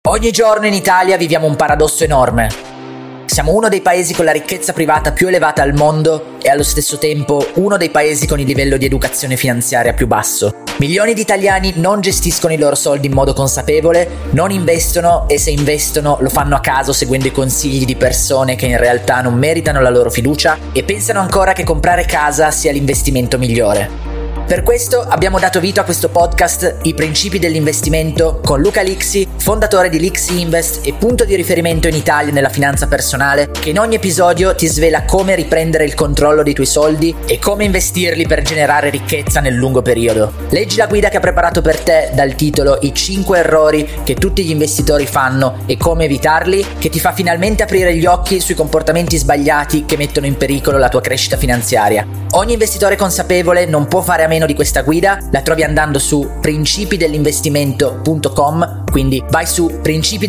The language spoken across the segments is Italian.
Ogni giorno in Italia viviamo un paradosso enorme. Siamo uno dei paesi con la ricchezza privata più elevata al mondo e allo stesso tempo uno dei paesi con il livello di educazione finanziaria più basso. Milioni di italiani non gestiscono i loro soldi in modo consapevole, non investono e se investono lo fanno a caso seguendo i consigli di persone che in realtà non meritano la loro fiducia e pensano ancora che comprare casa sia l'investimento migliore. Per questo abbiamo dato vita a questo podcast I principi dell'investimento con Luca Lixi, fondatore di Lixi Invest e punto di riferimento in Italia nella finanza personale, che in ogni episodio ti svela come riprendere il controllo dei tuoi soldi e come investirli per generare ricchezza nel lungo periodo. Leggi la guida che ha preparato per te dal titolo I 5 errori che tutti gli investitori fanno e come evitarli, che ti fa finalmente aprire gli occhi sui comportamenti sbagliati che mettono in pericolo la tua crescita finanziaria. Ogni investitore consapevole non può fare a meno di questa guida, la trovi andando su principidellinvestimento.com, quindi vai su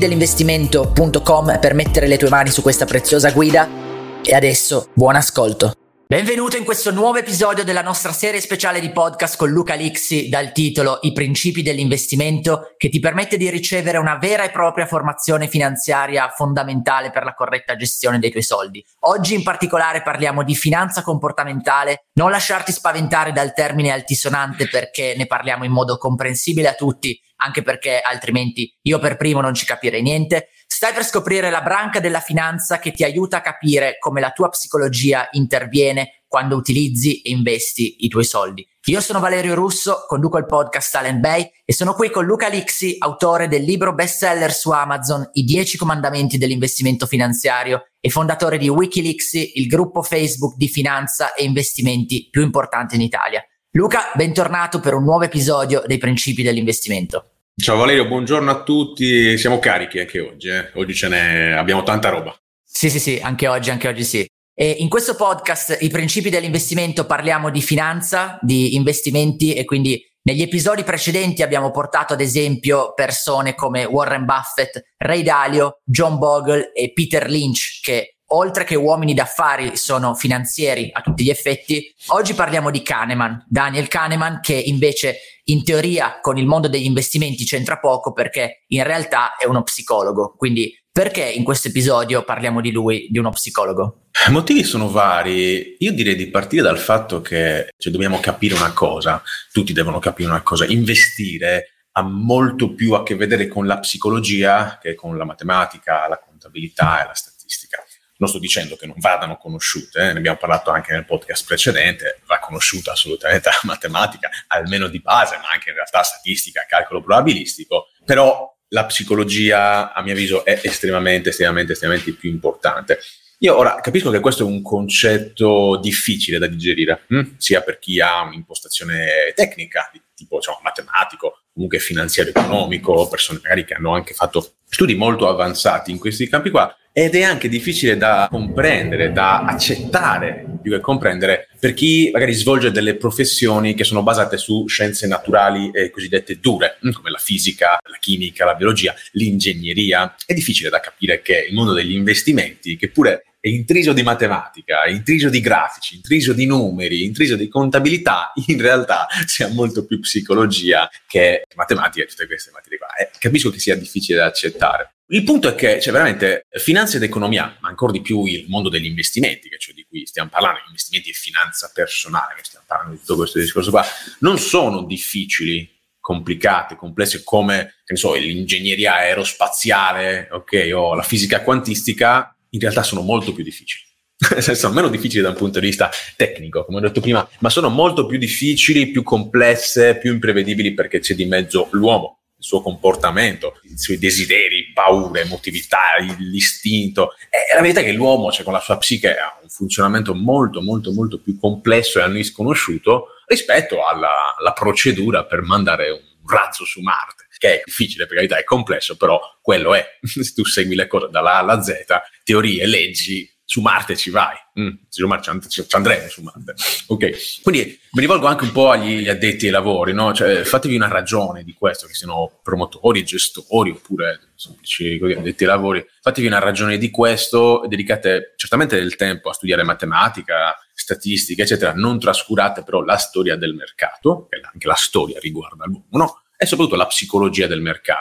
principidellinvestimento.com per mettere le tue mani su questa preziosa guida e adesso buon ascolto. Benvenuto in questo nuovo episodio della nostra serie speciale di podcast con Luca Lixi dal titolo I principi dell'investimento, che ti permette di ricevere una vera e propria formazione finanziaria fondamentale per la corretta gestione dei tuoi soldi. Oggi in particolare parliamo di finanza comportamentale. Non lasciarti spaventare dal termine altisonante perché ne parliamo in modo comprensibile a tutti, anche perché altrimenti io per primo non ci capirei niente. Stai per scoprire la branca della finanza che ti aiuta a capire come la tua psicologia interviene quando utilizzi e investi i tuoi soldi. Io sono Valerio Russo, conduco il podcast Talent Bay e sono qui con Luca Lixi, autore del libro bestseller su Amazon I 10 comandamenti dell'investimento finanziario e fondatore di Wikilixi, il gruppo Facebook di finanza e investimenti più importante in Italia. Luca, bentornato per un nuovo episodio dei principi dell'investimento. Ciao Valerio, buongiorno a tutti, siamo carichi anche oggi, oggi abbiamo tanta roba. Sì, anche oggi sì. E in questo podcast, I principi dell'investimento, parliamo di finanza, di investimenti e quindi negli episodi precedenti abbiamo portato ad esempio persone come Warren Buffett, Ray Dalio, John Bogle e Peter Lynch che oltre che uomini d'affari sono finanzieri a tutti gli effetti. Oggi parliamo di Kahneman, Daniel Kahneman, che invece in teoria con il mondo degli investimenti c'entra poco perché in realtà è uno psicologo. Quindi perché in questo episodio parliamo di lui, di uno psicologo? I motivi sono vari. Io direi di partire dal fatto che dobbiamo capire una cosa, tutti devono capire una cosa: investire ha molto più a che vedere con la psicologia che con la matematica, la contabilità e la statistica. Non sto dicendo che non vadano conosciute, ne abbiamo parlato anche nel podcast precedente, va conosciuta assolutamente la matematica, almeno di base, ma anche in realtà statistica, calcolo probabilistico, però la psicologia, a mio avviso, è estremamente più importante. Io ora capisco che questo è un concetto difficile da digerire, sia per chi ha un'impostazione tecnica, di tipo matematico, comunque finanziario economico, persone magari che hanno anche fatto studi molto avanzati in questi campi qua, ed è anche difficile da comprendere, da accettare, più che comprendere, per chi magari svolge delle professioni che sono basate su scienze naturali e cosiddette dure, come la fisica, la chimica, la biologia, l'ingegneria. È difficile da capire che il mondo degli investimenti, che pure è intriso di matematica, intriso di grafici, intriso di numeri, intriso di contabilità, in realtà sia molto più psicologia che matematica e tutte queste materie qua. Capisco che sia difficile da accettare. Il punto è che veramente finanza ed economia, ma ancora di più il mondo degli investimenti, che cioè di cui stiamo parlando, investimenti e finanza personale, che stiamo parlando di tutto questo discorso qua, non sono difficili, complicate, complesse come, l'ingegneria aerospaziale, o la fisica quantistica. In realtà sono molto più difficili. Sono meno difficili da un punto di vista tecnico, come ho detto prima, ma sono molto più difficili, più complesse, più imprevedibili perché c'è di mezzo l'uomo, il suo comportamento, i suoi desideri, paure, emotività, l'istinto. E la verità è che l'uomo, con la sua psiche, ha un funzionamento molto più complesso e a noi sconosciuto rispetto alla procedura per mandare un razzo su Marte, che è difficile, per carità, è complesso, però quello è. Se tu segui le cose dalla A alla Z, teorie, leggi, su Marte ci vai, ci andremo su Marte. Ok, quindi mi rivolgo anche un po' agli addetti ai lavori, no? Fatevi una ragione di questo, che siano promotori, gestori oppure semplici addetti ai lavori, fatevi una ragione di questo e dedicate certamente del tempo a studiare matematica, statistica, eccetera. Non trascurate però la storia del mercato, che anche la storia riguarda l'uomo, no? E soprattutto la psicologia del mercato.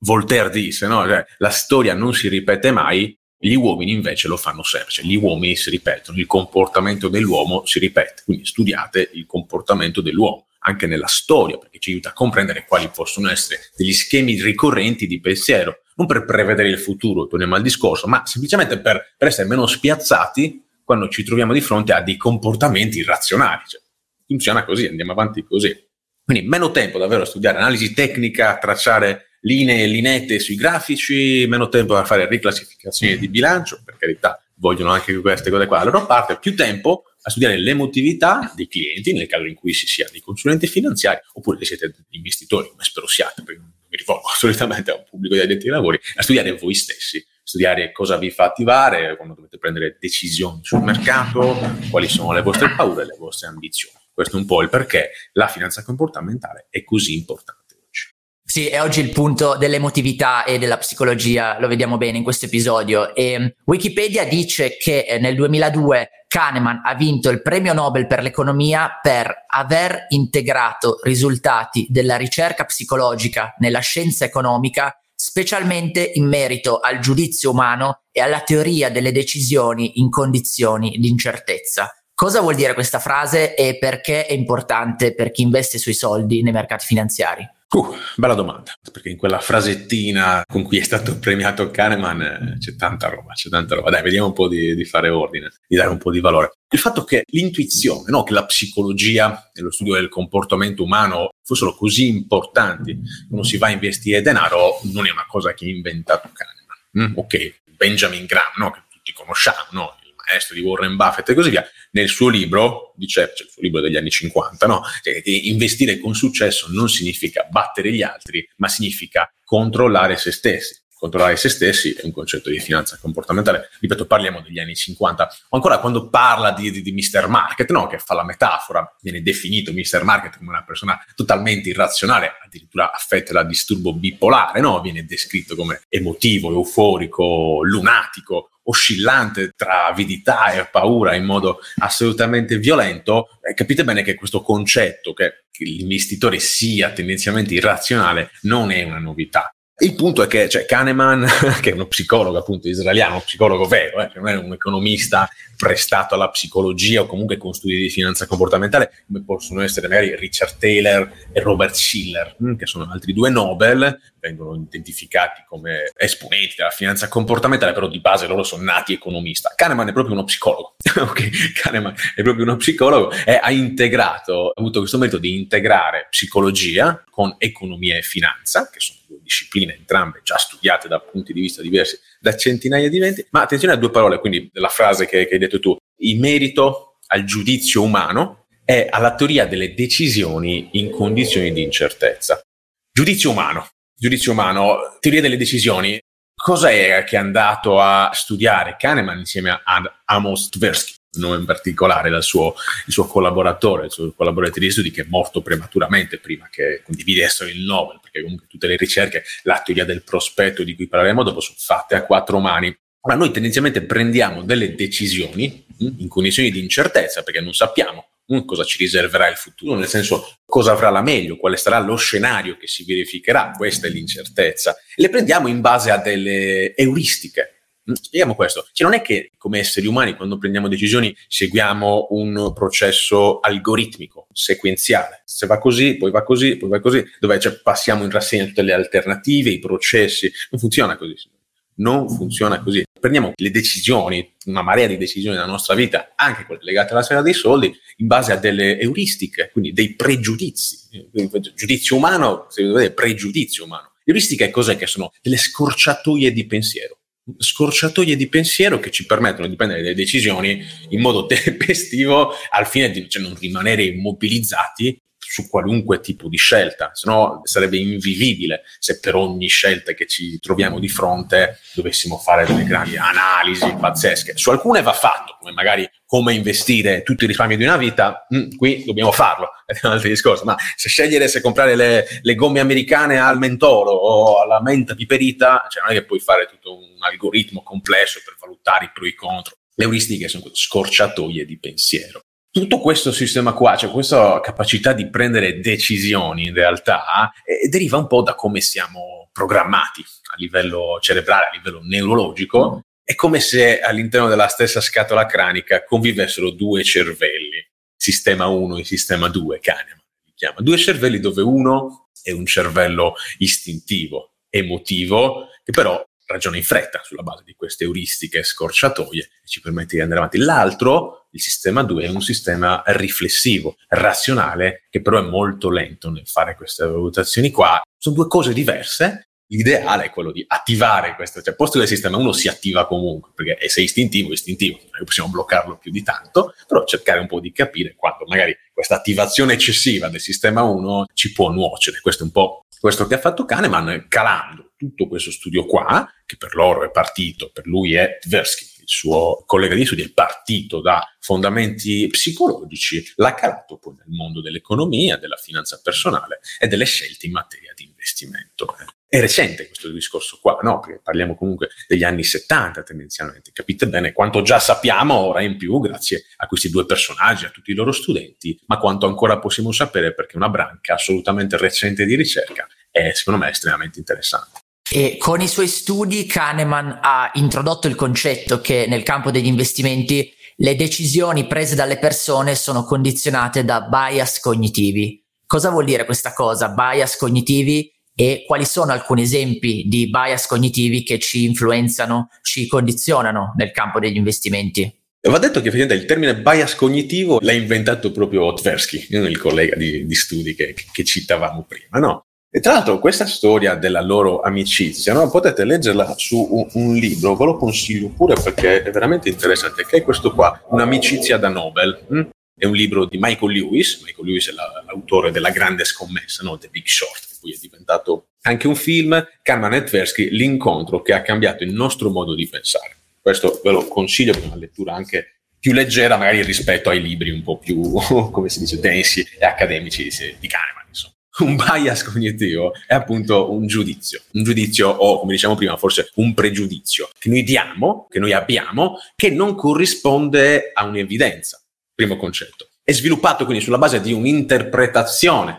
Voltaire disse, no? Cioè, la storia non si ripete mai, gli uomini invece lo fanno sempre, cioè gli uomini si ripetono, il comportamento dell'uomo si ripete, quindi studiate il comportamento dell'uomo anche nella storia, perché ci aiuta a comprendere quali possono essere degli schemi ricorrenti di pensiero, non per prevedere il futuro, torniamo al discorso, ma semplicemente per essere meno spiazzati quando ci troviamo di fronte a dei comportamenti irrazionali. Cioè, funziona così, andiamo avanti così. Quindi meno tempo davvero a studiare analisi tecnica, tracciare linee e lineette sui grafici, meno tempo a fare riclassificazioni di bilancio, per carità, vogliono anche queste cose qua. La loro parte, più tempo a studiare l'emotività dei clienti, nel caso in cui si sia dei consulenti finanziari, oppure se siete degli investitori, come spero siate, perché mi rivolgo solitamente a un pubblico di addetti ai lavori, a studiare voi stessi, studiare cosa vi fa attivare, quando dovete prendere decisioni sul mercato, quali sono le vostre paure e le vostre ambizioni. Questo è un po' il perché la finanza comportamentale è così importante. Sì, e oggi il punto dell'emotività e della psicologia lo vediamo bene in questo episodio. E Wikipedia dice che nel 2002 Kahneman ha vinto il premio Nobel per l'economia per aver integrato risultati della ricerca psicologica nella scienza economica, specialmente in merito al giudizio umano e alla teoria delle decisioni in condizioni di incertezza. Cosa vuol dire questa frase e perché è importante per chi investe sui soldi nei mercati finanziari? Bella domanda, perché in quella frasettina con cui è stato premiato Kahneman c'è tanta roba. Dai, vediamo un po' di fare ordine, di dare un po' di valore. Il fatto che l'intuizione, no, che la psicologia e lo studio del comportamento umano fossero così importanti quando si va a investire denaro, non è una cosa che ha inventato Kahneman. Ok, Benjamin Graham, no, che tutti conosciamo, no? Maestro di Warren Buffett e così via, nel suo libro, dice, il suo libro degli anni 50, no? Cioè, che investire con successo non significa battere gli altri, ma significa controllare se stessi. Controllare se stessi è un concetto di finanza comportamentale. Ripeto, parliamo degli anni 50. O ancora quando parla di Mr. Market, no? Che fa la metafora, viene definito Mr. Market come una persona totalmente irrazionale, addirittura affetta da disturbo bipolare, no? Viene descritto come emotivo, euforico, lunatico, oscillante tra avidità e paura in modo assolutamente violento. Capite bene che questo concetto che l'investitore sia tendenzialmente irrazionale non è una novità. Il punto è che Kahneman, che è uno psicologo appunto israeliano, uno psicologo vero, che non è un economista prestato alla psicologia o comunque con studi di finanza comportamentale, come possono essere magari Richard Thaler e Robert Shiller, che sono altri due Nobel, vengono identificati come esponenti della finanza comportamentale, però di base loro sono nati economista. Kahneman è proprio uno psicologo, Kahneman è proprio uno psicologo e ha avuto questo merito di integrare psicologia con economia e finanza, che sono due discipline entrambe già studiate da punti di vista diversi da centinaia di venti, ma attenzione a due parole, quindi la frase che hai detto tu, in merito al giudizio umano e alla teoria delle decisioni in condizioni di incertezza. Giudizio umano, teoria delle decisioni. Cosa è che è andato a studiare Kahneman insieme ad Amos Tversky, nome in particolare il suo collaboratore, il suo collaboratore di studi che è morto prematuramente prima che condividessero il Nobel, perché comunque tutte le ricerche, la teoria del prospetto di cui parleremo dopo, sono fatte a quattro mani. Ma noi tendenzialmente prendiamo delle decisioni in condizioni di incertezza, perché non sappiamo cosa ci riserverà il futuro, nel senso cosa avrà la meglio, quale sarà lo scenario che si verificherà, questa è l'incertezza. E le prendiamo in base a delle euristiche. Spieghiamo questo. Non è che come esseri umani quando prendiamo decisioni seguiamo un processo algoritmico, sequenziale. Se va così, poi va così, poi va così, dove passiamo in rassegna tutte le alternative, i processi. Non funziona così. Non funziona così. Prendiamo le decisioni, una marea di decisioni nella nostra vita, anche quelle legate alla sfera dei soldi, in base a delle euristiche, quindi dei pregiudizi. Giudizio umano, se vedete, pregiudizio umano. Euristica è cos'è? Che sono delle scorciatoie di pensiero. Scorciatoie di pensiero che ci permettono di prendere delle decisioni in modo tempestivo al fine di non rimanere immobilizzati su qualunque tipo di scelta, se no sarebbe invivibile se per ogni scelta che ci troviamo di fronte dovessimo fare delle grandi analisi pazzesche. Su alcune va fatto, come magari come investire tutti i risparmi di una vita, qui dobbiamo farlo, è un altro discorso, ma se comprare le gomme americane al mentolo o alla menta piperita, non è che puoi fare tutto un algoritmo complesso per valutare i pro e i contro. Le euristiche sono scorciatoie di pensiero. Tutto questo sistema qua, questa capacità di prendere decisioni in realtà deriva un po' da come siamo programmati a livello cerebrale, a livello neurologico. È come se all'interno della stessa scatola cranica convivessero due cervelli, sistema 1 e sistema 2, Kahneman li chiama. Due cervelli dove uno è un cervello istintivo, emotivo, che però ragiona in fretta sulla base di queste euristiche scorciatoie e ci permette di andare avanti. L'altro, il sistema 2, è un sistema riflessivo, razionale, che però è molto lento nel fare queste valutazioni qua. Sono due cose diverse. L'ideale è quello di attivare questo, cioè posto che il sistema 1 si attiva comunque, perché se è istintivo, non possiamo bloccarlo più di tanto, però cercare un po' di capire quando magari questa attivazione eccessiva del sistema 1 ci può nuocere. Questo è un po' questo che ha fatto Kahneman, calando tutto questo studio qua, che per loro è partito, per lui è Tversky, il suo collega di studio, è partito da fondamenti psicologici, l'ha calato poi nel mondo dell'economia, della finanza personale e delle scelte in materia di investimento. È recente questo discorso qua, no? Perché parliamo comunque degli anni 70 tendenzialmente. Capite bene quanto già sappiamo ora in più grazie a questi due personaggi, a tutti i loro studenti, ma quanto ancora possiamo sapere perché è una branca assolutamente recente di ricerca è secondo me estremamente interessante. E con i suoi studi Kahneman ha introdotto il concetto che nel campo degli investimenti le decisioni prese dalle persone sono condizionate da bias cognitivi. Cosa vuol dire questa cosa, bias cognitivi, e quali sono alcuni esempi di bias cognitivi che ci influenzano, ci condizionano nel campo degli investimenti? Va detto che effettivamente il termine bias cognitivo l'ha inventato proprio Tversky, il collega di studi che citavamo prima, no? E tra l'altro questa storia della loro amicizia, no? Potete leggerla su un libro, ve lo consiglio pure perché è veramente interessante, che è questo qua, Un'amicizia da Nobel. È un libro di Michael Lewis. Michael Lewis è l'autore della grande scommessa, no? The Big Short, che poi è diventato anche un film. Kahneman e Tversky, l'incontro che ha cambiato il nostro modo di pensare. Questo ve lo consiglio per una lettura anche più leggera, magari rispetto ai libri un po' più, come si dice, densi e accademici di Kahneman, insomma. Un bias cognitivo è appunto un giudizio o, come diciamo prima, forse un pregiudizio che noi diamo, che noi abbiamo, che non corrisponde a un'evidenza. Primo concetto. È sviluppato quindi sulla base di un'interpretazione,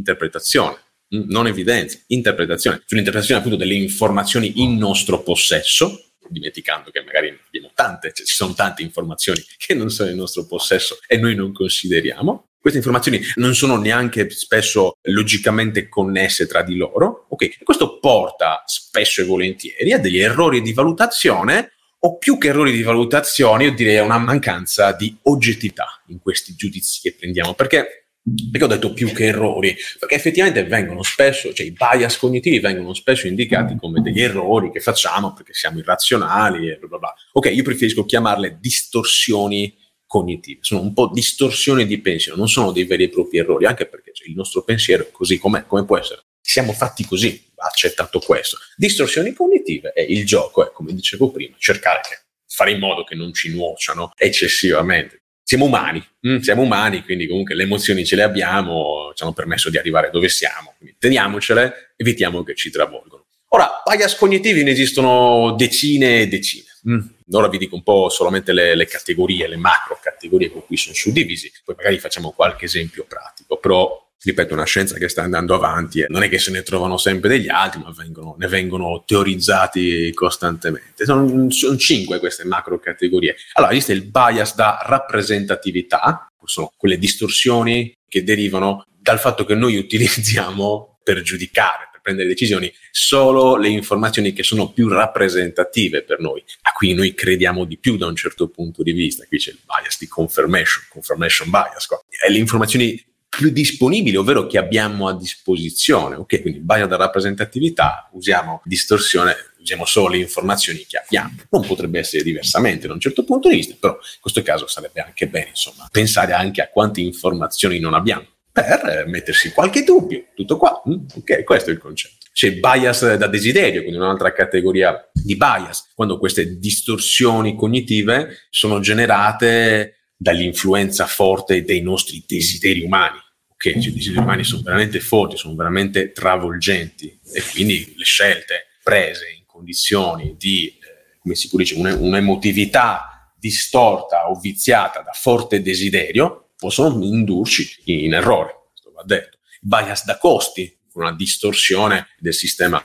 non evidenza, interpretazione, sull'interpretazione appunto delle informazioni in nostro possesso, dimenticando che magari abbiamo tante, cioè ci sono tante informazioni che non sono in nostro possesso e noi non consideriamo. Queste informazioni non sono neanche spesso logicamente connesse tra di loro. Ok, questo porta spesso e volentieri a degli errori di valutazione, o più che errori di valutazione, io direi a una mancanza di oggettività in questi giudizi che prendiamo. Perché ho detto più che errori? Perché effettivamente vengono spesso, cioè i bias cognitivi vengono spesso indicati come degli errori che facciamo perché siamo irrazionali e bla bla bla. Ok, io preferisco chiamarle distorsioni cognitive, sono un po' distorsioni di pensiero, non sono dei veri e propri errori, anche perché il nostro pensiero è così com'è, come può essere? Siamo fatti così, va accettato questo. Distorsioni cognitive è il gioco, è, come dicevo prima, cercare di fare in modo che non ci nuociano eccessivamente. Siamo umani, quindi comunque le emozioni ce le abbiamo, ci hanno permesso di arrivare dove siamo, quindi teniamocele, evitiamo che ci travolgono. Ora, bias cognitivi ne esistono decine e decine. Ora vi dico un po' solamente le categorie, le macro categorie con cui sono suddivisi, poi magari facciamo qualche esempio pratico, però ripeto, è una scienza che sta andando avanti e non è che se ne trovano sempre degli altri, ma ne vengono teorizzati costantemente. Sono 5 queste macro categorie. Allora, esiste il bias da rappresentatività, sono quelle distorsioni che derivano dal fatto che noi utilizziamo per giudicare, per prendere decisioni, solo le informazioni che sono più rappresentative per noi, a cui noi crediamo di più da un certo punto di vista. Qui c'è il bias di confirmation bias qua. E le informazioni più disponibili, ovvero che abbiamo a disposizione. Ok, quindi bias da rappresentatività, usiamo distorsione, usiamo solo le informazioni che abbiamo. Non potrebbe essere diversamente da un certo punto di vista, però in questo caso sarebbe anche bene, insomma, pensare anche a quante informazioni non abbiamo per mettersi qualche dubbio. Tutto qua. Ok, questo è il concetto. C'è il bias da desiderio, quindi un'altra categoria di bias, quando queste distorsioni cognitive sono generate dall'influenza forte dei nostri desideri umani. Ok, cioè, i desideri umani sono veramente forti, sono veramente travolgenti e quindi le scelte prese in condizioni di, come si può dire, un'emotività distorta o viziata da forte desiderio possono indurci in errore. Questo va detto. Il bias da costi, una distorsione del sistema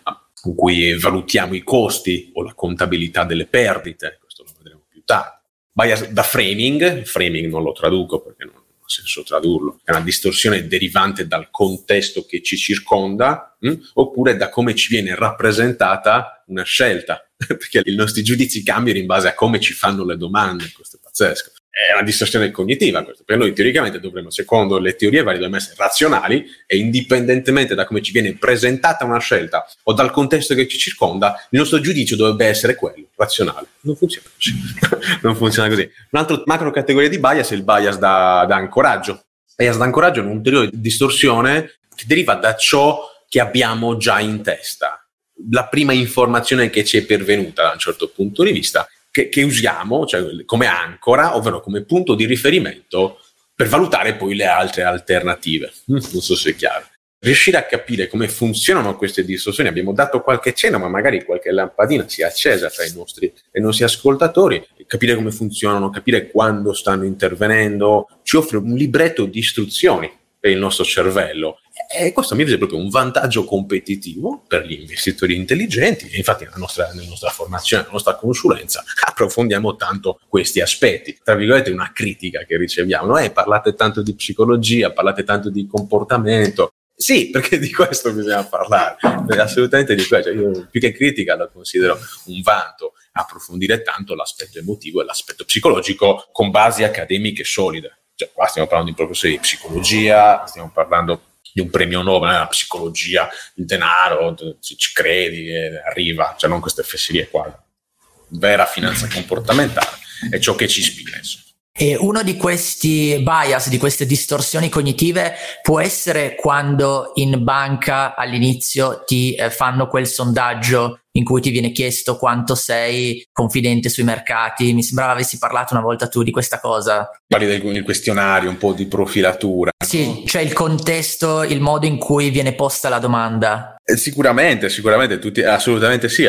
con cui valutiamo i costi o la contabilità delle perdite, questo lo vedremo più tardi. Bias da framing non lo traduco perché non ha senso tradurlo, è una distorsione derivante dal contesto che ci circonda, oppure da come ci viene rappresentata una scelta, perché i nostri giudizi cambiano in base a come ci fanno le domande, questo è pazzesco. È una distorsione cognitiva questo. Per noi teoricamente dovremmo, secondo le teorie varie, dobbiamo essere razionali e indipendentemente da come ci viene presentata una scelta o dal contesto che ci circonda, il nostro giudizio dovrebbe essere quello, razionale. Non funziona così. Non funziona così. Un'altra macro categoria di bias è il bias da ancoraggio. Il bias da ancoraggio è un'ulteriore distorsione che deriva da ciò che abbiamo già in testa. La prima informazione che ci è pervenuta da un certo punto di vista che usiamo, cioè come ancora, ovvero come punto di riferimento per valutare poi le altre alternative. Non so se è chiaro. Riuscire a capire come funzionano queste distorsioni, abbiamo dato qualche cenno, ma magari qualche lampadina si è accesa tra i nostri ascoltatori, capire come funzionano, capire quando stanno intervenendo, ci offre un libretto di istruzioni per il nostro cervello. E questo mi vede proprio un vantaggio competitivo per gli investitori intelligenti. E infatti nella nostra formazione, nella nostra consulenza approfondiamo tanto questi aspetti. Tra virgolette una critica che riceviamo, parlate tanto di psicologia, parlate tanto di comportamento. Sì, perché di questo bisogna parlare, assolutamente di questo. Io più che critica la considero un vanto, approfondire tanto l'aspetto emotivo e l'aspetto psicologico con basi accademiche solide. Cioè, qua stiamo parlando di professori di psicologia, stiamo parlando di un premio Nobel, la psicologia, il denaro, ci credi, arriva, cioè non queste fesserie qua. Vera finanza comportamentale è ciò che ci ispira, insomma. E uno di questi bias, di queste distorsioni cognitive può essere quando in banca all'inizio ti fanno quel sondaggio in cui ti viene chiesto quanto sei confidente sui mercati. Mi sembrava avessi parlato una volta tu di questa cosa. Parli del questionario, un po' di profilatura. Sì, cioè il contesto, il modo in cui viene posta la domanda. Sicuramente, tutti, assolutamente sì,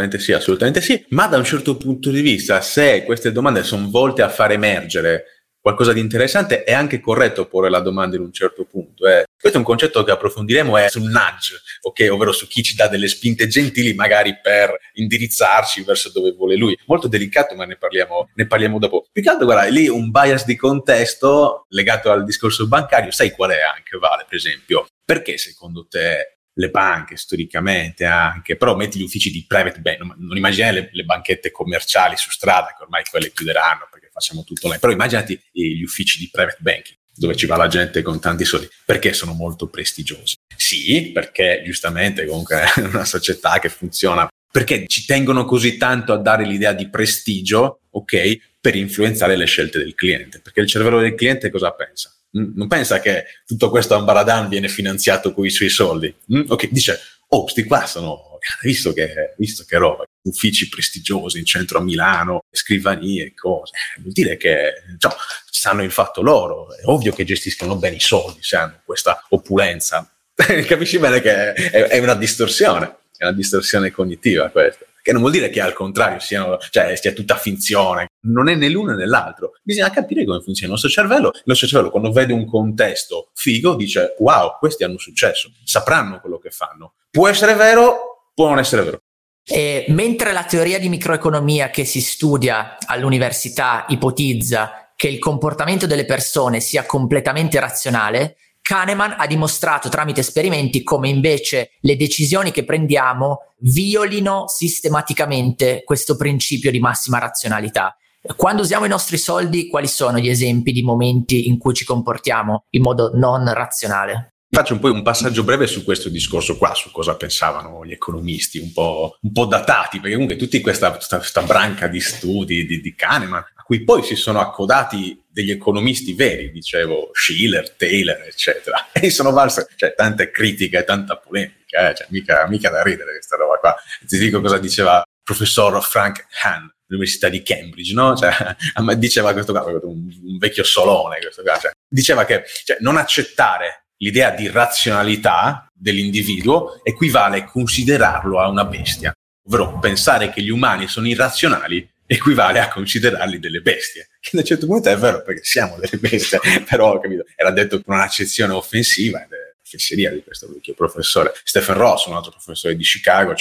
ma da un certo punto di vista, se queste domande sono volte a far emergere qualcosa di interessante, è anche corretto porre la domanda in un certo punto. Questo è un concetto che approfondiremo, è sul nudge, ok? Ovvero su chi ci dà delle spinte gentili magari per indirizzarci verso dove vuole lui. Molto delicato, ma ne parliamo dopo. Più che altro, guarda, lì un bias di contesto legato al discorso bancario, sai qual è anche, Vale, per esempio? Perché secondo te le banche storicamente anche, però metti gli uffici di private bank, non immaginare le banchette commerciali su strada che ormai quelle chiuderanno perché facciamo tutto online, però immaginati gli uffici di private banking dove ci va la gente con tanti soldi, perché sono molto prestigiosi. Sì, perché giustamente comunque è una società che funziona, perché ci tengono così tanto a dare l'idea di prestigio, ok, per influenzare le scelte del cliente, perché il cervello del cliente cosa pensa? Non pensa che tutto questo ambaradan viene finanziato con i suoi soldi. Ok, dice, sti qua sono, visto che roba, uffici prestigiosi in centro a Milano, scrivanie e cose, vuol dire che sanno il fatto loro, è ovvio che gestiscono bene i soldi se hanno questa opulenza. Capisci bene che è una distorsione cognitiva questa. Che non vuol dire che al contrario sia tutta finzione, non è né l'uno né l'altro. Bisogna capire come funziona il nostro cervello. Il nostro cervello, quando vede un contesto figo, dice: wow, questi hanno successo, sapranno quello che fanno. Può essere vero, può non essere vero. E mentre la teoria di microeconomia che si studia all'università ipotizza che il comportamento delle persone sia completamente razionale, Kahneman ha dimostrato tramite esperimenti come invece le decisioni che prendiamo violino sistematicamente questo principio di massima razionalità. Quando usiamo i nostri soldi, quali sono gli esempi di momenti in cui ci comportiamo in modo non razionale? Faccio un passaggio breve su questo discorso qua, su cosa pensavano gli economisti, un po' datati, perché comunque tutti questa branca di studi di Kahneman, a cui poi si sono accodati degli economisti veri, dicevo, Schiller, Taylor, eccetera, e sono valse tante critiche e tanta polemica, mica da ridere questa roba qua. Ti dico cosa diceva il professor Frank Hahn, all'Università di Cambridge, no? Diceva questo qua, un vecchio solone, questo qua, diceva che non accettare l'idea di razionalità dell'individuo equivale a considerarlo a una bestia, ovvero pensare che gli umani sono irrazionali equivale a considerarli delle bestie, che da un certo punto è vero perché siamo delle bestie, però capito, era detto con un'accezione offensiva ed è fesseria di questo vecchio professore. Stephen Ross, un altro professore di Chicago,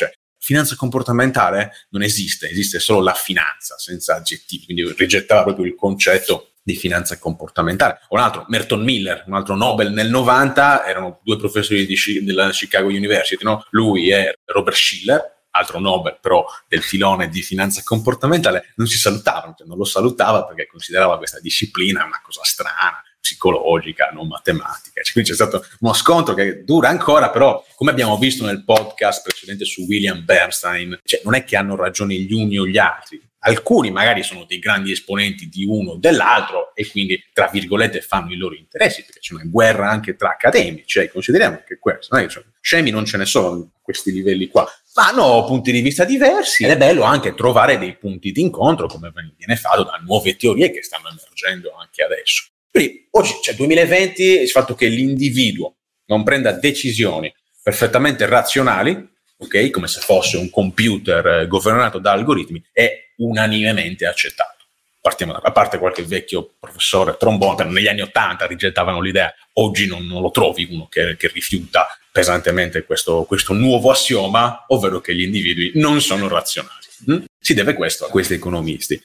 finanza comportamentale non esiste solo la finanza senza aggettivi, quindi rigettava proprio il concetto di finanza comportamentale. Un altro, Merton Miller, un altro Nobel nel 90, erano due professori della Chicago University, no? Lui e Robert Shiller, altro Nobel però del filone di finanza comportamentale, non si salutavano, cioè non lo salutava perché considerava questa disciplina una cosa strana, psicologica, non matematica. Quindi c'è stato uno scontro che dura ancora, però come abbiamo visto nel podcast precedente su William Bernstein, cioè non è che hanno ragione gli uni o gli altri. Alcuni magari sono dei grandi esponenti di uno o dell'altro e quindi, tra virgolette, fanno i loro interessi, perché c'è una guerra anche tra accademici, cioè consideriamo che questo, non è che scemi non ce ne sono a questi livelli qua, ma hanno punti di vista diversi ed è bello anche trovare dei punti di incontro come viene fatto da nuove teorie che stanno emergendo anche adesso. Quindi oggi c'è 2020, il fatto che l'individuo non prenda decisioni perfettamente razionali, ok, come se fosse un computer governato da algoritmi, è unanimemente accettato. Partiamo a parte qualche vecchio professore trombone, negli anni '80 rigettavano l'idea, oggi non lo trovi uno che rifiuta pesantemente questo nuovo assioma, ovvero che gli individui non sono razionali. Si deve questo a questi economisti.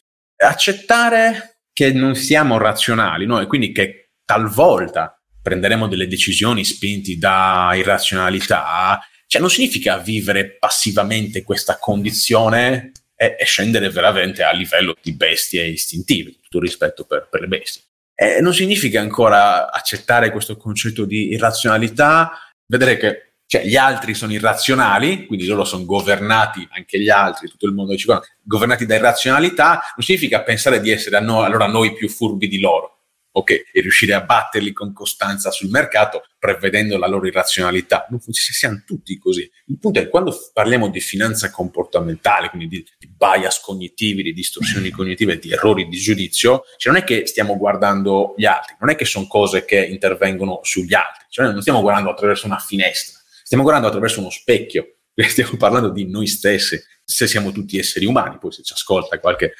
Accettare che non siamo razionali, no? E quindi che talvolta prenderemo delle decisioni spinti da irrazionalità, cioè non significa vivere passivamente questa condizione e scendere veramente a livello di bestie istintive, tutto rispetto per le bestie. Non significa ancora accettare questo concetto di irrazionalità, vedere che gli altri sono irrazionali, quindi loro sono governati, anche gli altri, tutto il mondo governati da irrazionalità, non significa pensare di essere allora noi più furbi di loro. Ok, e riuscire a batterli con costanza sul mercato prevedendo la loro irrazionalità. Non funziona, siamo tutti così. Il punto è quando parliamo di finanza comportamentale, quindi di bias cognitivi, di distorsioni cognitive, di errori di giudizio, cioè non è che stiamo guardando gli altri, non è che sono cose che intervengono sugli altri, cioè non stiamo guardando attraverso una finestra, stiamo guardando attraverso uno specchio. Stiamo parlando di noi stessi, se siamo tutti esseri umani, poi se ci ascolta qualche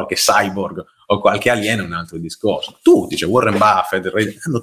cyborg o qualche alieno è un altro discorso. Tutti, cioè Warren Buffett,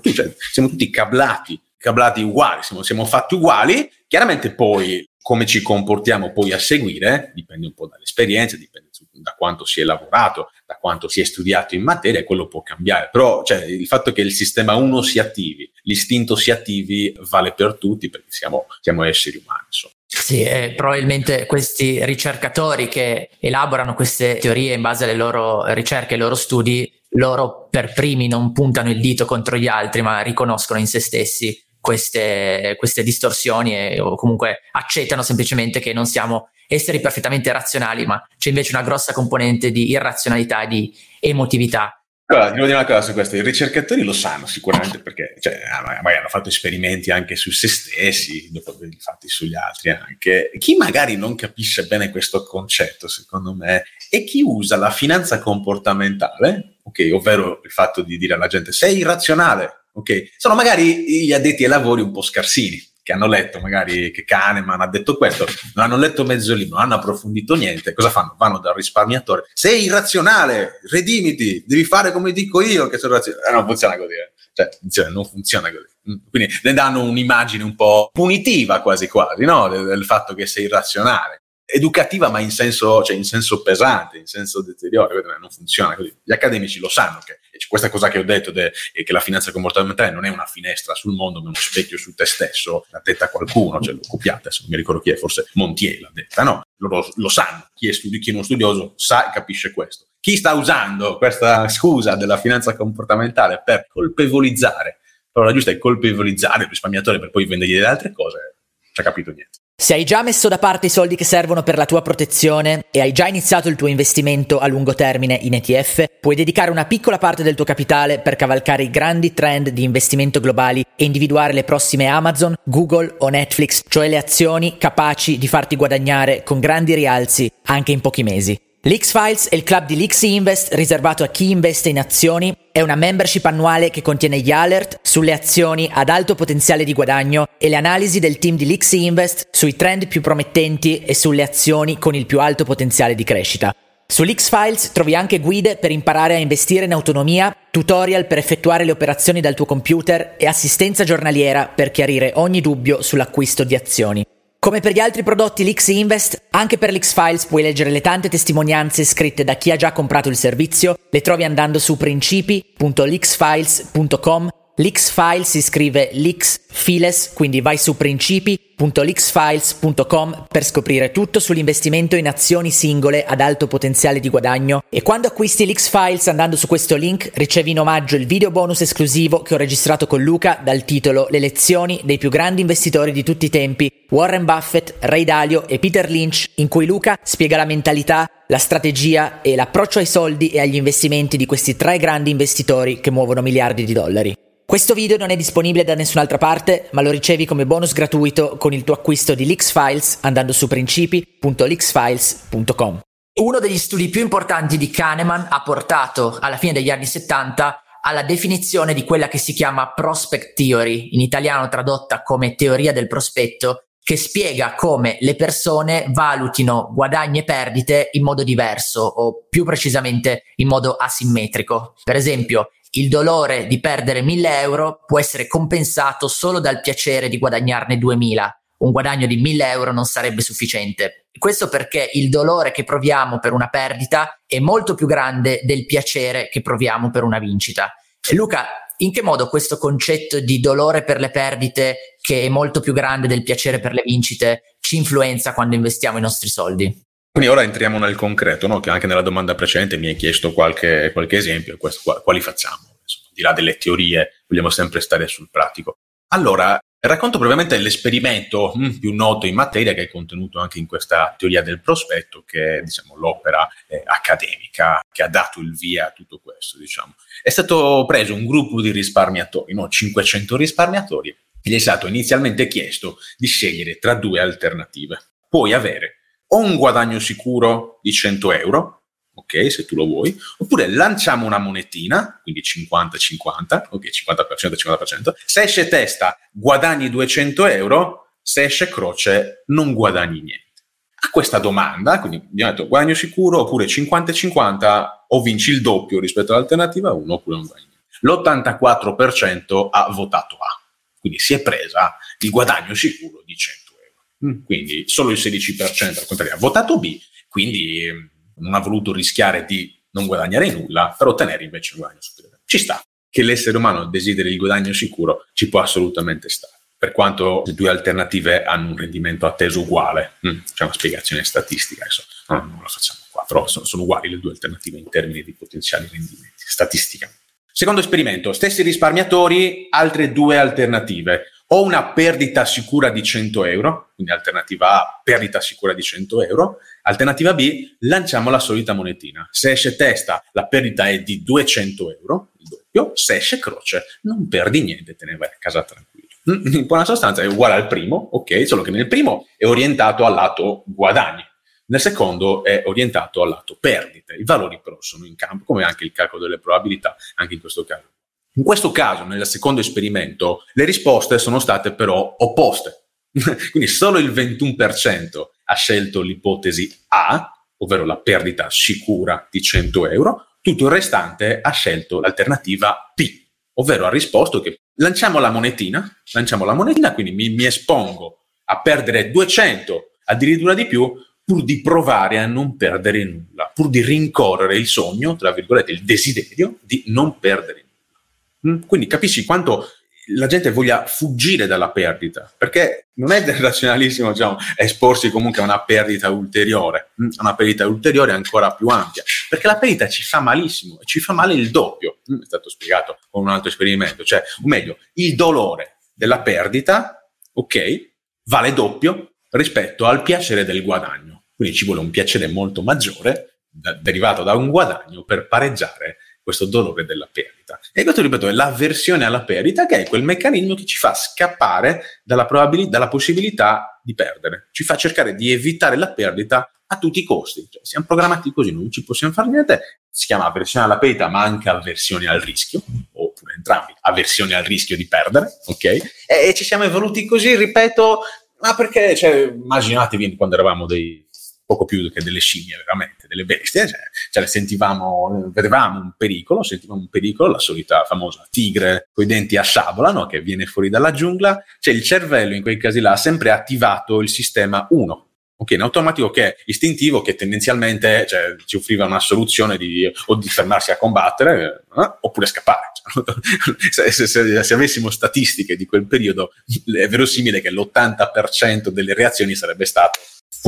siamo tutti cablati uguali, siamo fatti uguali. Chiaramente poi come ci comportiamo poi a seguire dipende un po' dall'esperienza, dipende da quanto si è lavorato, da quanto si è studiato in materia, quello può cambiare. Però il fatto che il sistema 1 si attivi, l'istinto si attivi, vale per tutti perché siamo esseri umani, insomma. Sì, probabilmente questi ricercatori che elaborano queste teorie in base alle loro ricerche, ai loro studi, loro per primi non puntano il dito contro gli altri, ma riconoscono in se stessi queste distorsioni o comunque accettano semplicemente che non siamo esseri perfettamente razionali, ma c'è invece una grossa componente di irrazionalità e di emotività. Allora, devo dire una cosa su questo, i ricercatori lo sanno sicuramente perché magari hanno fatto esperimenti anche su se stessi, dopo averli fatti sugli altri anche. Chi magari non capisce bene questo concetto, secondo me, è chi usa la finanza comportamentale, ok, ovvero il fatto di dire alla gente sei irrazionale, ok, sono magari gli addetti ai lavori un po' scarsini, che hanno letto magari che Kahneman ha detto questo, non hanno letto mezzo libro, non hanno approfondito niente, cosa fanno? Vanno dal risparmiatore, sei irrazionale, redimiti, devi fare come dico io che sono razionale. Non funziona così, non funziona così. Quindi ne danno un'immagine un po' punitiva quasi, no? Del fatto che sei irrazionale. Educativa ma in senso pesante, in senso deteriore, non funziona così. Gli accademici lo sanno che questa cosa che ho detto che la finanza comportamentale non è una finestra sul mondo, ma uno specchio su te stesso, l'ha detta qualcuno, l'ho copiata, se non mi ricordo chi è, forse Montiel l'ha detta, no? Loro lo sanno, chi è uno studioso sa e capisce questo. Chi sta usando questa scusa della finanza comportamentale per colpevolizzare, però la giusta è colpevolizzare il risparmiatore per poi vendergli delle altre cose, non ci ha capito niente. Se hai già messo da parte i soldi che servono per la tua protezione e hai già iniziato il tuo investimento a lungo termine in ETF, puoi dedicare una piccola parte del tuo capitale per cavalcare i grandi trend di investimento globali e individuare le prossime Amazon, Google o Netflix, cioè le azioni capaci di farti guadagnare con grandi rialzi anche in pochi mesi. L'X-Files è il club di Lixi Invest riservato a chi investe in azioni. È una membership annuale che contiene gli alert sulle azioni ad alto potenziale di guadagno e le analisi del team di Lixi Invest sui trend più promettenti e sulle azioni con il più alto potenziale di crescita. Su L'X-Files trovi anche guide per imparare a investire in autonomia, tutorial per effettuare le operazioni dal tuo computer e assistenza giornaliera per chiarire ogni dubbio sull'acquisto di azioni. Come per gli altri prodotti l'X Invest, anche per l'X Files puoi leggere le tante testimonianze scritte da chi ha già comprato il servizio, le trovi andando su principi.lxfiles.com. L'X Files si scrive l'X Files, quindi vai su principi.lxfiles.com per scoprire tutto sull'investimento in azioni singole ad alto potenziale di guadagno, e quando acquisti l'X Files andando su questo link ricevi in omaggio il video bonus esclusivo che ho registrato con Luca dal titolo Le lezioni dei più grandi investitori di tutti i tempi, Warren Buffett, Ray Dalio e Peter Lynch, in cui Luca spiega la mentalità, la strategia e l'approccio ai soldi e agli investimenti di questi 3 grandi investitori che muovono miliardi di dollari. Questo video non è disponibile da nessun'altra parte, ma lo ricevi come bonus gratuito con il tuo acquisto di l'X Files andando su principi.lxfiles.com. Uno degli studi più importanti di Kahneman ha portato alla fine degli anni 70 alla definizione di quella che si chiama prospect theory, in italiano tradotta come teoria del prospetto, che spiega come le persone valutino guadagni e perdite in modo diverso, o più precisamente in modo asimmetrico. Per esempio, il dolore di perdere 1.000 euro può essere compensato solo dal piacere di guadagnarne 2.000. Un guadagno di 1.000 euro non sarebbe sufficiente. Questo perché il dolore che proviamo per una perdita è molto più grande del piacere che proviamo per una vincita. E Luca, in che modo questo concetto di dolore per le perdite, che è molto più grande del piacere per le vincite, ci influenza quando investiamo i nostri soldi? Quindi ora entriamo nel concreto, no? Che anche nella domanda precedente mi hai chiesto qualche esempio, quali facciamo? Insomma, al di là delle teorie, vogliamo sempre stare sul pratico. Allora, racconto brevemente l'esperimento più noto in materia, che è contenuto anche in questa teoria del prospetto, che è, diciamo, l'opera accademica che ha dato il via a tutto questo. Diciamo. È stato preso un gruppo di risparmiatori, 500 risparmiatori, e gli è stato inizialmente chiesto di scegliere tra 2 alternative. Puoi avere o un guadagno sicuro di 100 euro, ok, se tu lo vuoi, oppure lanciamo una monetina, quindi 50-50, ok, 50%, se esce testa guadagni 200 euro, se esce croce non guadagni niente. A questa domanda, quindi abbiamo detto guadagno sicuro oppure 50-50, o vinci il doppio rispetto all'alternativa 1 oppure non guadagni niente. L'84% ha votato A, quindi si è presa il guadagno sicuro di 100 euro. Quindi solo il 16% al contrario ha votato B, quindi non ha voluto rischiare di non guadagnare nulla per ottenere invece un guadagno superiore. Ci sta che l'essere umano desideri il guadagno sicuro, ci può assolutamente stare, per quanto le 2 alternative hanno un rendimento atteso uguale. C'è una spiegazione statistica, adesso non la facciamo qua, però sono uguali le 2 alternative in termini di potenziali rendimenti statisticamente. Secondo esperimento, stessi risparmiatori, altre 2 alternative. O una perdita sicura di 100 euro, quindi alternativa A, perdita sicura di 100 euro, alternativa B, lanciamo la solita monetina. Se esce testa, la perdita è di 200 euro, il doppio, se esce croce, non perdi niente, te ne vai a casa tranquillo. In buona sostanza è uguale al primo, ok, solo che nel primo è orientato al lato guadagni, nel secondo è orientato al lato perdite. I valori però sono in campo, come anche il calcolo delle probabilità, anche in questo caso. In questo caso, nel secondo esperimento, le risposte sono state però opposte. Quindi solo il 21% ha scelto l'ipotesi A, ovvero la perdita sicura di 100 euro, tutto il restante ha scelto l'alternativa B, ovvero ha risposto che lanciamo la monetina, quindi mi espongo a perdere 200, addirittura di più, pur di provare a non perdere nulla, pur di rincorrere il sogno, tra virgolette, il desiderio di non perdere nulla. Quindi capisci quanto la gente voglia fuggire dalla perdita, perché non è del razionalismo, diciamo, esporsi comunque a una perdita ulteriore ancora più ampia, perché la perdita ci fa malissimo e ci fa male il doppio. È stato spiegato con un altro esperimento, cioè, o meglio, il dolore della perdita, ok, vale doppio rispetto al piacere del guadagno. Quindi ci vuole un piacere molto maggiore derivato da un guadagno per pareggiare questo dolore della perdita. E questo, ripeto, è l'avversione alla perdita, che è quel meccanismo che ci fa scappare dalla possibilità di perdere, ci fa cercare di evitare la perdita a tutti i costi. Cioè, siamo programmati così, non ci possiamo fare niente. Si chiama avversione alla perdita, ma anche avversione al rischio, oppure entrambi, avversione al rischio di perdere, ok? E ci siamo evoluti così, ripeto, ma perché, cioè, immaginatevi quando eravamo poco più che delle scimmie, veramente, delle bestie, cioè, cioè vedevamo un pericolo, la solita famosa tigre coi denti a sciabola, no? Che viene fuori dalla giungla, cioè il cervello in quei casi là ha sempre attivato il sistema 1. Ok, in automatico, che è istintivo, che tendenzialmente ci offriva una soluzione o di fermarsi a combattere oppure scappare. Se avessimo statistiche di quel periodo, è verosimile che l'80% delle reazioni sarebbe stato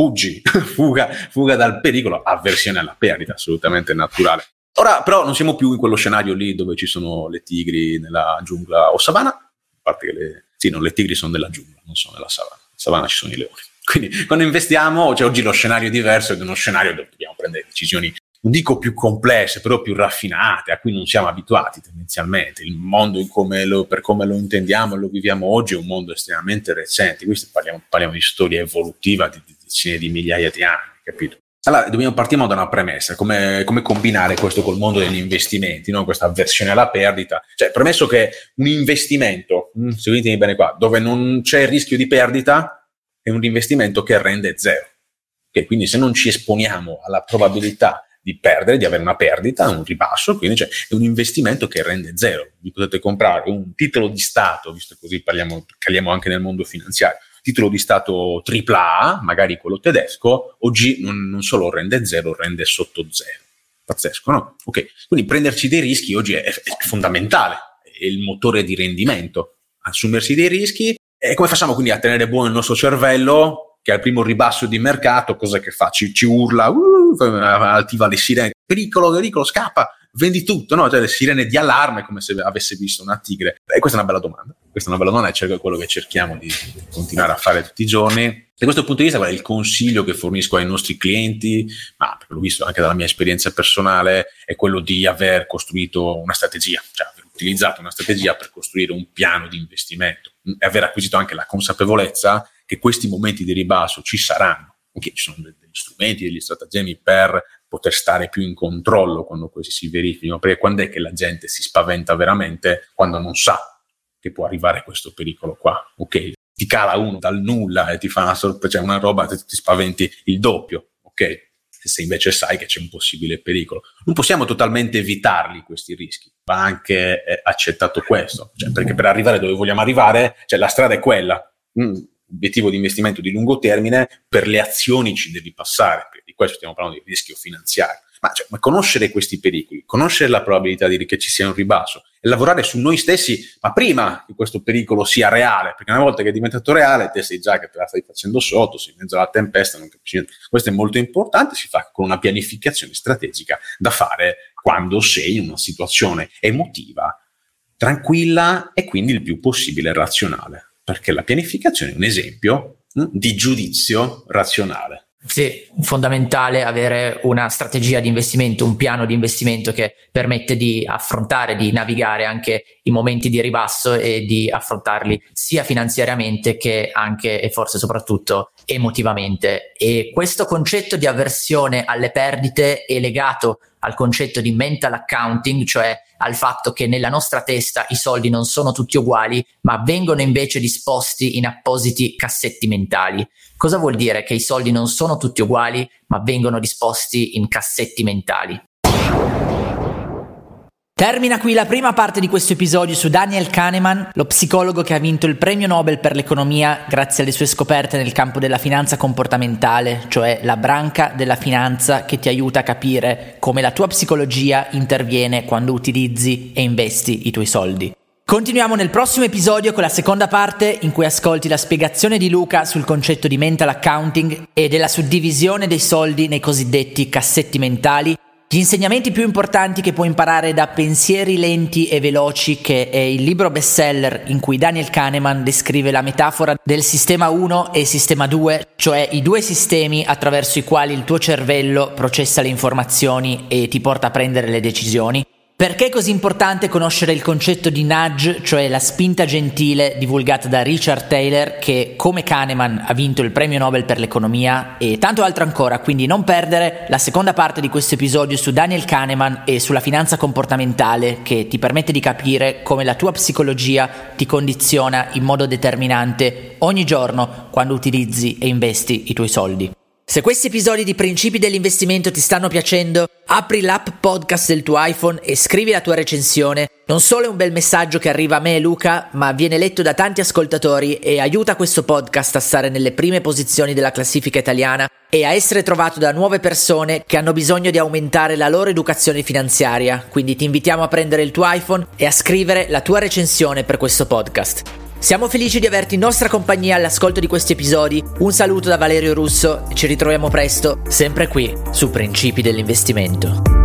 fuga dal pericolo, avversione alla perdita, assolutamente naturale. Ora però non siamo più in quello scenario lì dove ci sono le tigri nella giungla o savana, a parte che le tigri sono nella giungla, non sono nella savana. In savana ci sono i leoni. Quindi quando investiamo, oggi lo scenario è diverso, ed è uno scenario dove dobbiamo prendere decisioni, non dico più complesse, però più raffinate, a cui non siamo abituati tendenzialmente. Il mondo per come lo intendiamo e lo viviamo oggi è un mondo estremamente recente. Qui parliamo di storia evolutiva di decine di migliaia di anni, capito? Allora partiamo da una premessa, come combinare questo col mondo degli investimenti, no? Questa avversione alla perdita. Cioè, premesso che un investimento, seguitemi bene qua, dove non c'è il rischio di perdita, è un investimento che rende zero. Okay? Quindi se non ci esponiamo alla probabilità di perdere, di avere una perdita, un ribasso, quindi è un investimento che rende zero. Vi potete comprare un titolo di Stato, visto così caliamo anche nel mondo finanziario, titolo di Stato AAA, magari quello tedesco, oggi non solo rende zero, rende sotto zero. Pazzesco, no? Ok, quindi prenderci dei rischi oggi è fondamentale, è il motore di rendimento. Assumersi dei rischi. E come facciamo quindi a tenere buono il nostro cervello, che al primo ribasso di mercato cosa che fa? Ci urla, attiva le sirene, pericolo, scappa, vendi tutto, no? Cioè le sirene di allarme, come se avesse visto una tigre. E questa è una bella domanda. È quello che cerchiamo di continuare a fare tutti i giorni. Da questo punto di vista, il consiglio che fornisco ai nostri clienti, ma perché l'ho visto anche dalla mia esperienza personale, è quello di aver costruito una strategia, cioè aver utilizzato una strategia per costruire un piano di investimento e aver acquisito anche la consapevolezza che questi momenti di ribasso ci saranno. Okay, ci sono degli strumenti, degli stratagemmi per poter stare più in controllo quando questi si verificano, perché quando è che la gente si spaventa veramente? Quando non sa che può arrivare questo pericolo qua. Ok, ti cala uno dal nulla e ti fa una roba, ti spaventi il doppio, ok? Se invece sai che c'è un possibile pericolo. Non possiamo totalmente evitarli questi rischi, va anche accettato questo, perché per arrivare dove vogliamo arrivare, la strada è quella. Obiettivo di investimento di lungo termine, per le azioni ci devi passare, di questo stiamo parlando di rischio finanziario. Ma conoscere questi pericoli, conoscere la probabilità che ci sia un ribasso e lavorare su noi stessi, ma prima che questo pericolo sia reale, perché una volta che è diventato reale, te sai già che te la stai facendo sotto, sei in mezzo alla tempesta, non capisci niente. Questo è molto importante, si fa con una pianificazione strategica da fare quando sei in una situazione emotiva, tranquilla e quindi il più possibile razionale, perché la pianificazione è un esempio di giudizio razionale. Sì, fondamentale avere una strategia di investimento, un piano di investimento che permette di affrontare, di navigare anche i momenti di ribasso e di affrontarli sia finanziariamente che anche e forse soprattutto emotivamente. E questo concetto di avversione alle perdite è legato al concetto di mental accounting, cioè al fatto che nella nostra testa i soldi non sono tutti uguali, ma vengono invece disposti in appositi cassetti mentali. Cosa vuol dire che i soldi non sono tutti uguali, ma vengono disposti in cassetti mentali? Termina qui la prima parte di questo episodio su Daniel Kahneman, lo psicologo che ha vinto il premio Nobel per l'economia grazie alle sue scoperte nel campo della finanza comportamentale, cioè la branca della finanza che ti aiuta a capire come la tua psicologia interviene quando utilizzi e investi i tuoi soldi. Continuiamo nel prossimo episodio con la seconda parte in cui ascolti la spiegazione di Luca sul concetto di mental accounting e della suddivisione dei soldi nei cosiddetti cassetti mentali, gli insegnamenti più importanti che puoi imparare da Pensieri lenti e veloci, che è il libro bestseller in cui Daniel Kahneman descrive la metafora del sistema 1 e sistema 2, cioè i due sistemi attraverso i quali il tuo cervello processa le informazioni e ti porta a prendere le decisioni. Perché è così importante conoscere il concetto di nudge, cioè la spinta gentile divulgata da Richard Thaler, che come Kahneman ha vinto il premio Nobel per l'economia, e tanto altro ancora, quindi non perdere la seconda parte di questo episodio su Daniel Kahneman e sulla finanza comportamentale, che ti permette di capire come la tua psicologia ti condiziona in modo determinante ogni giorno quando utilizzi e investi i tuoi soldi. Se questi episodi di Principi dell'Investimento ti stanno piacendo, apri l'app podcast del tuo iPhone e scrivi la tua recensione. Non solo è un bel messaggio che arriva a me e Luca, ma viene letto da tanti ascoltatori e aiuta questo podcast a stare nelle prime posizioni della classifica italiana e a essere trovato da nuove persone che hanno bisogno di aumentare la loro educazione finanziaria. Quindi ti invitiamo a prendere il tuo iPhone e a scrivere la tua recensione per questo podcast. Siamo felici di averti in nostra compagnia all'ascolto di questi episodi. Un saluto da Valerio Russo e ci ritroviamo presto, sempre qui, su Principi dell'Investimento.